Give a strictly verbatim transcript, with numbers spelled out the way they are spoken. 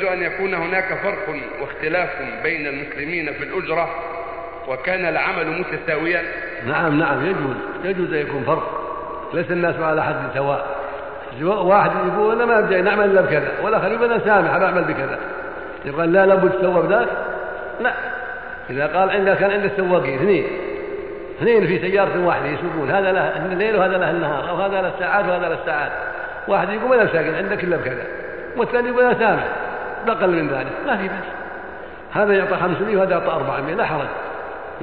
أن يكون هناك فرق واختلاف بين المسلمين في الأجرة وكان العمل متساويا؟ نعم نعم يجوز يجوز أن يكون فرق، ليس الناس على حد سواء. واحد يقول أنا ما بدي نعمل إلا بكذا، والآخر يقول أنا سامح بعمل بكذا، يقول لا لابد تسوى بذاك. لا، إذا قال عندك كان عند السواقين اثنين اثنين في سيارة واحدة يسوقون، هذا له الليل وهذا له النهار، أو هذا له الساعات وهذا له الساعات، واحد يقول أنا ساكن عندك إلا بكذا، والثاني يقول أنا سامح بأقل من ذلك، ما في بس، هذا يعطى خمسمائة وهذا يعطى أربعمائة، لا حرج.